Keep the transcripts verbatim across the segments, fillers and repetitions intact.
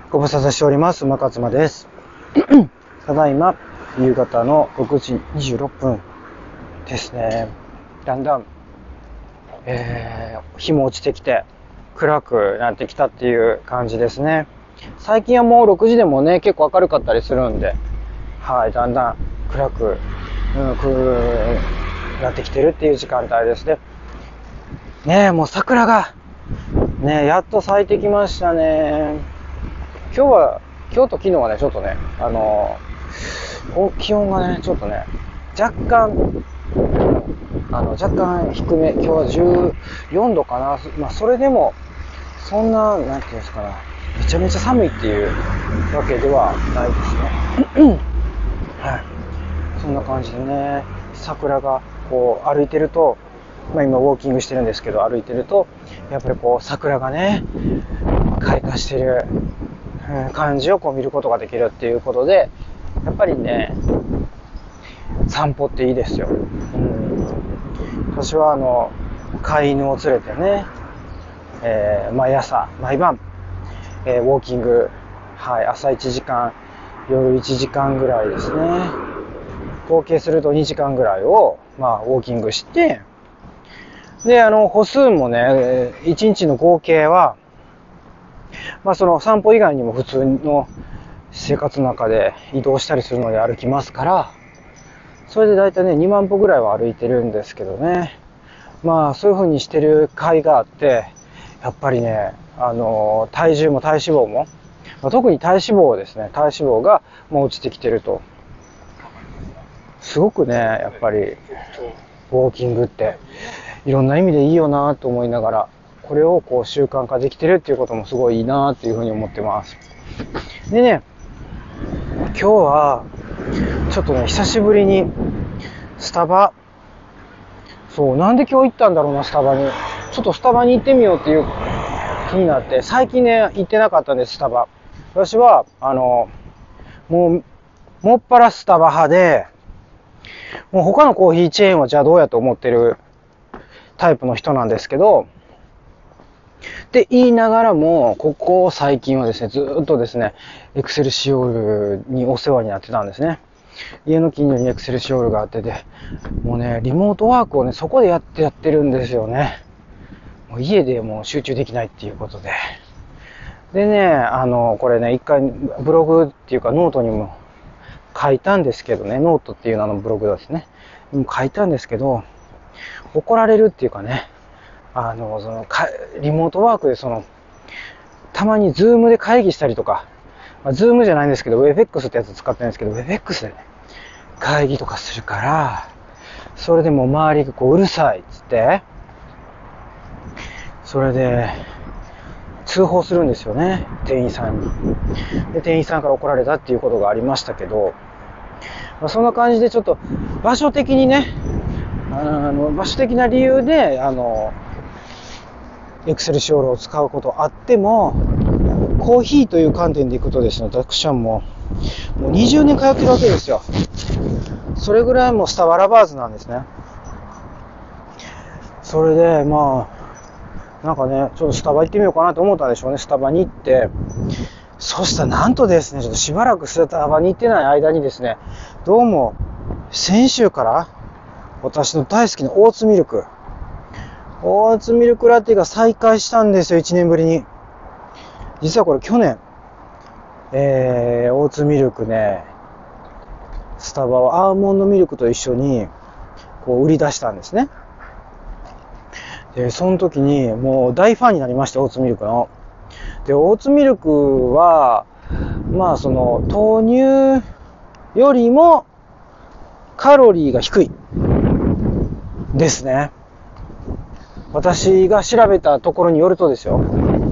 ご無沙汰しております。馬勝間です。ただいま夕方のろくじにじゅうろっぷんですね。だんだん、えー、日も落ちてきて暗くなってきたっていう感じですね。最近はもうろくじでもね結構明るかったりするんで、はい、だんだん暗く、うん、くなってきてるっていう時間帯ですね。ねえ、もう桜がねやっと咲いてきましたね。今日は今日と昨日はねちょっとねあの気温がねちょっとね若干あの若干低め、今日はじゅうよんどかな。まあそれでもそんななんていうんですかね、めちゃめちゃ寒いっていうわけではないですね。はい、そんな感じでね、桜がこう歩いてると、まあ今ウォーキングしてるんですけど、歩いてるとやっぱりこう桜がね開花してる感じをこう見ることができるっていうことで、やっぱりね散歩っていいですよ。うん、私はあの飼い犬を連れてね、えー、毎朝毎晩、えー、ウォーキング、はい、朝いちじかん、夜いちじかんぐらいですね。合計するとにじかんぐらいを、まあ、ウォーキングして、であの歩数もねいちにちの合計は、まあ、その散歩以外にも普通の生活の中で移動したりするので歩きますから、それでだいたいねにまん歩ぐらいは歩いてるんですけどね。まあそういう風にしてる甲斐があって、やっぱりねあの体重も体脂肪も、まあ、特に体脂肪ですね、体脂肪がもう落ちてきてると、すごくねやっぱりウォーキングっていろんな意味でいいよなと思いながら、これをこう習慣化できてるっていうこともすごいいいなっていう風に思ってます。でね、今日はちょっとね久しぶりにスタバ、そうなんで今日行ったんだろうな、スタバにちょっとスタバに行ってみようっていう気になって、最近ね行ってなかったんです。スタバ、私はあのもうもっぱらスタバ派で、もう他のコーヒーチェーンはじゃあどうやと思ってるタイプの人なんですけど、って言いながらも、ここ最近はですね、ずっとですね、エクセルシオールにお世話になってたんですね。家の近所にエクセルシオールがあってて、もうね、リモートワークをね、そこでやってやってるんですよね。もう家でもう集中できないっていうことで。でね、あの、これね、一回ブログっていうかノートにも書いたんですけどね、ノートっていう名のブログですね。書いたんですけど、怒られるっていうかね、あの、その、リモートワークでその、たまにズームで会議したりとか、まあ、ズームじゃないんですけど、ウェブエックスってやつ使ってるんですけど、ウェブエックスでね、会議とかするから、それでもう周りがこううるさいっつって、それで、通報するんですよね、店員さんに。で、店員さんから怒られたっていうことがありましたけど、まあ、そんな感じでちょっと場所的にね、あの場所的な理由で、あの、エクセルシオールを使うことあっても、コーヒーという観点でいくとですね、私はもう、もうにじゅうねん通ってるわけですよ。それぐらいもうスタバラバーズなんですね。それで、まあ、なんかね、ちょっとスタバ行ってみようかなと思ったんでしょうね。スタバに行って、そしたらなんとですね、ちょっとしばらくスタバに行ってない間にですね、どうも、先週から、私の大好きなオーツミルク、オーツミルクラテが再開したんですよ、いちねんぶりに。実はこれ去年、えー、オーツミルクね、スタバはアーモンドミルクと一緒にこう売り出したんですね。で、その時にもう大ファンになりました、オーツミルクの。で、オーツミルクは、まあその豆乳よりもカロリーが低いですね。私が調べたところによるとですよ。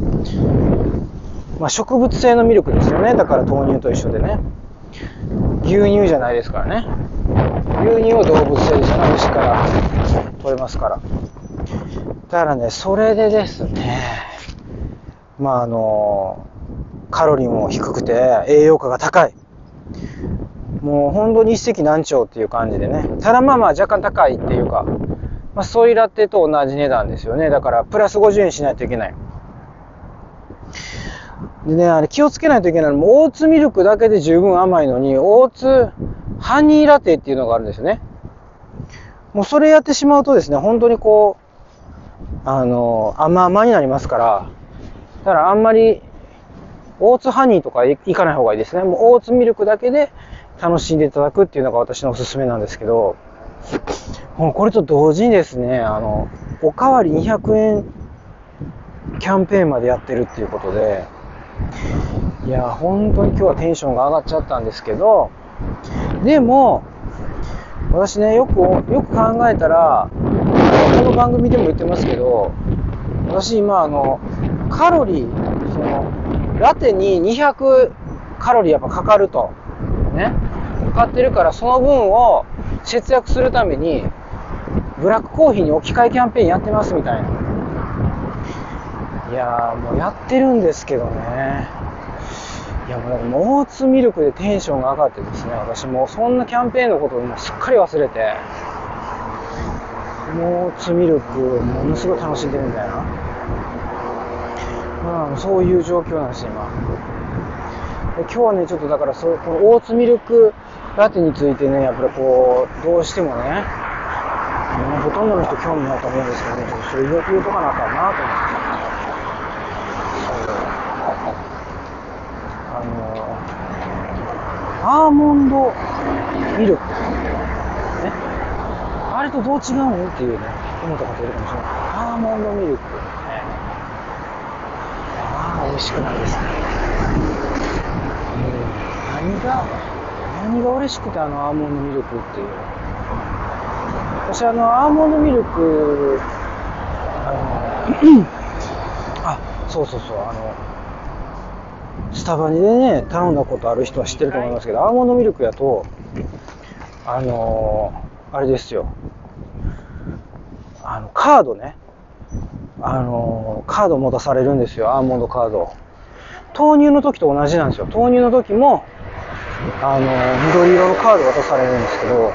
まあ植物性のミルクですよね。だから豆乳と一緒でね。牛乳じゃないですからね。牛乳は動物性ですよね。牛から取れますから。だからね、それでですね、まああの、カロリーも低くて栄養価が高い。もう本当に一石何鳥っていう感じでね。ただまあまあ若干高いっていうか、まあソイラテと同じ値段ですよね。だからプラスごじゅうえんしないといけない。 でね、あれ気をつけないといけないのも、オーツミルクだけで十分甘いのに、オーツハニーラテっていうのがあるんですよね。もうそれやってしまうとですね、本当にこう、あの、甘々になりますから、だからあんまり、オーツハニーとかいかない方がいいですね。もうオーツミルクだけで楽しんでいただくっていうのが私のおすすめなんですけど、もうこれと同時にですね、あの、おかわりにひゃくえんキャンペーンまでやってるっていうことで、いや、本当に今日はテンションが上がっちゃったんですけど、でも、私ね、よく、よく考えたら、この番組でも言ってますけど、私今、あの、カロリー、その、ラテににひゃくカロリーやっぱかかると。ね。かかってるから、その分を節約するために、ブラックコーヒーに置き換えキャンペーンやってますみたいな。いやー、もうやってるんですけどね。いやもうだからもうオーツミルクでテンションが上がってですね、私もうそんなキャンペーンのことをもうすっかり忘れて、もうオーツミルクものすごい楽しんでるみたいな、まあ、そういう状況なんですよ今。で今日はねちょっとだからそうこのオーツミルクラテについてねやっぱりこうどうしてもね、ほとんどの人興味ないと思うんですけどね、ちょっとそれ言うとかなあかんなと思って。あのアーモンドミルクね、あれとどう違うのっていうね思った方いるかもしれない。アーモンドミルクね、ああ美味しくないですね。うん、何が何が嬉しくてあのアーモンドミルクっていう。私あのアーモンドミルクあのあそうそうそうあのスタバにでね頼んだことある人は知ってると思いますけど、アーモンドミルクやとあのー、あれですよ、あのカードね、あのー、カード持たされるんですよ、アーモンドカード。豆乳の時と同じなんですよ。豆乳の時もあのー、緑色のカード渡されるんですけど、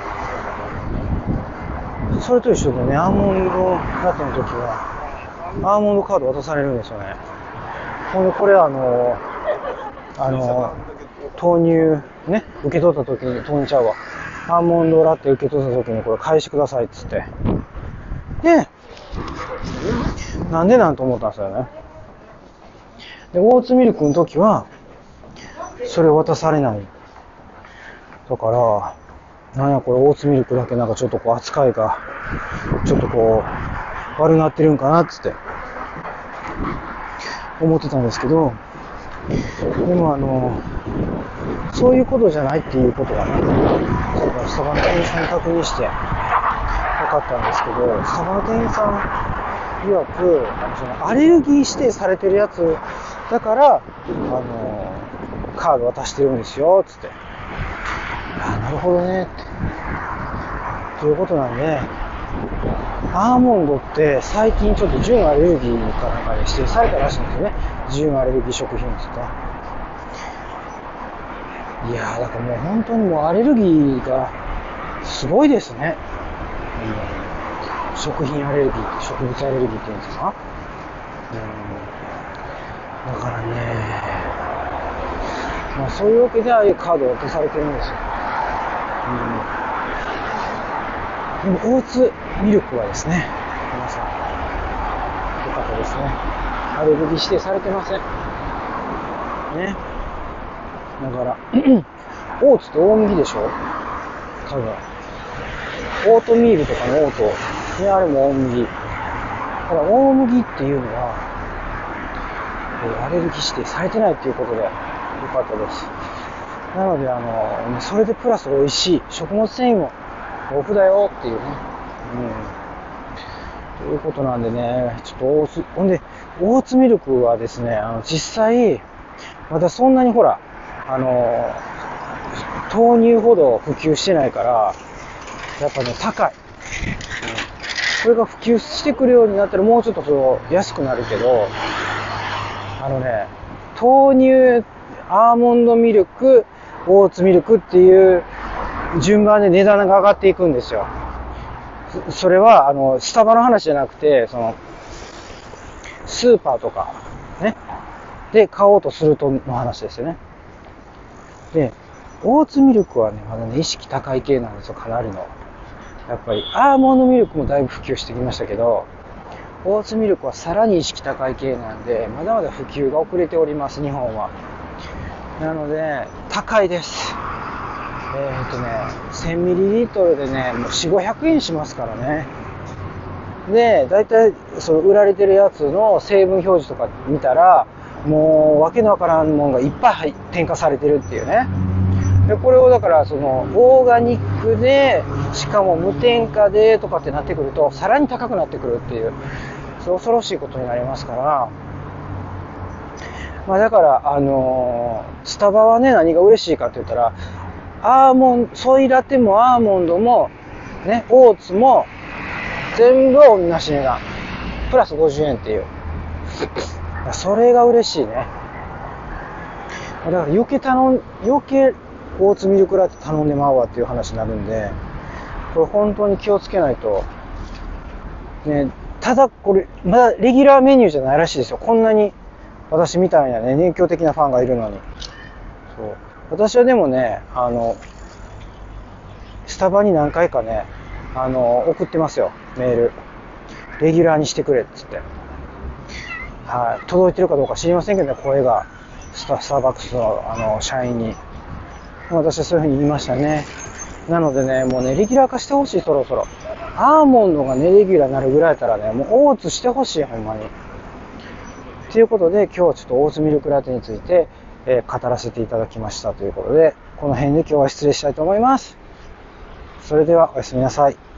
それと一緒でね、アーモンドラテの時はアーモンドカード渡されるんですよね。ほんでこれあのーあの豆乳ね受け取った時に、豆乳ちゃうわ、アーモンドラテ受け取った時にこれ返してくださいっつって、でなんでなんと思ったんですよね。でオーツミルクの時はそれ渡されない。だからなんやこれオーツミルクだけなんかちょっとこう扱いがちょっとこう悪なってるんかなっつって思ってたんですけど、でもあのそういうことじゃないっていうことがね、スタバの店員さんに確認して分かったんですけど、スタバの店員さん曰くあのそのアレルギー指定されてるやつだからあのカード渡してるんですよつって、あなるほどねってということなんで、アーモンドって最近ちょっと準アレルギーかなんかで指定されたらしいんですよね。準アレルギー食品って言った。いやーだからもう本当にもうアレルギーがすごいですね、うん、食品アレルギーって植物アレルギーって言うんですか、うん、だからね、まあ、そういうわけでああいうカードを渡されてるんですよ、うん、でもオーツミルクはですね、皆さんよかったですね、アレルギー指定されてませんね。だからオーツって大麦でしょ多分。オートミールとかのオートね、あれも大麦。ただ大麦っていうのは、えー、アレルギー指定されてないっていうことでよかったです。なのであのそれでプラス美味しい食物繊維も豊富だよっていうね、うん、ということなんでね、ちょっとオーツほんでオーツミルクはですね、あの実際まだそんなにほらあの豆乳ほど普及してないからやっぱね高い、うん、これが普及してくるようになったらもうちょっとそう安くなるけど、あのね豆乳、アーモンドミルク、オーツミルクっていう順番で値段が上がっていくんですよ。それはあのスタバの話じゃなくて、そのスーパーとかね、 で買おうとするとの話ですよね。で、オーツミルクはね、まだね、意識高い系なんですよ、かなりの。やっぱり、アーモンドミルクもだいぶ普及してきましたけど、オーツミルクはさらに意識高い系なんで、まだまだ普及が遅れております、日本は。なので、高いです。えーっとね、せんミリリットル でね、もうよんひゃくごひゃくえんしますからね。で、だいたいその売られてるやつの成分表示とか見たら、もうわけのわからんもんがいっぱい添加されてるっていうね。で、これをだからそのオーガニックで、しかも無添加でとかってなってくると、さらに高くなってくるっていう、そう恐ろしいことになりますから、まあだから、あのー、スタバはね、何が嬉しいかって言ったら、アーモンド、ソイラテもアーモンドも、ね、オーツも、全部同じ値段。プラスごじゅうえんっていう。それが嬉しいね。だから余計頼ん、余計オーツミルクラテ頼んでまうわっていう話になるんで、これ本当に気をつけないと。ね、ただこれ、まだレギュラーメニューじゃないらしいですよ。こんなに私みたいなね、熱狂的なファンがいるのに。そう。私はでもね、あの、スタバに何回かね、あの、送ってますよ、メール。レギュラーにしてくれっつって。はい。届いてるかどうか知りませんけどね、声が。スタ、スターバックスの、あの、社員に。私はそういうふうに言いましたね。なのでね、もうね、レギュラー化してほしい、そろそろ。アーモンドがね、レギュラーになるぐらいやったらね、もうオーツしてほしい、ほんまに。ということで、今日はちょっとオーツミルクラテについて、えー、語らせていただきましたということで、この辺で今日は失礼したいと思います。それではおやすみなさい。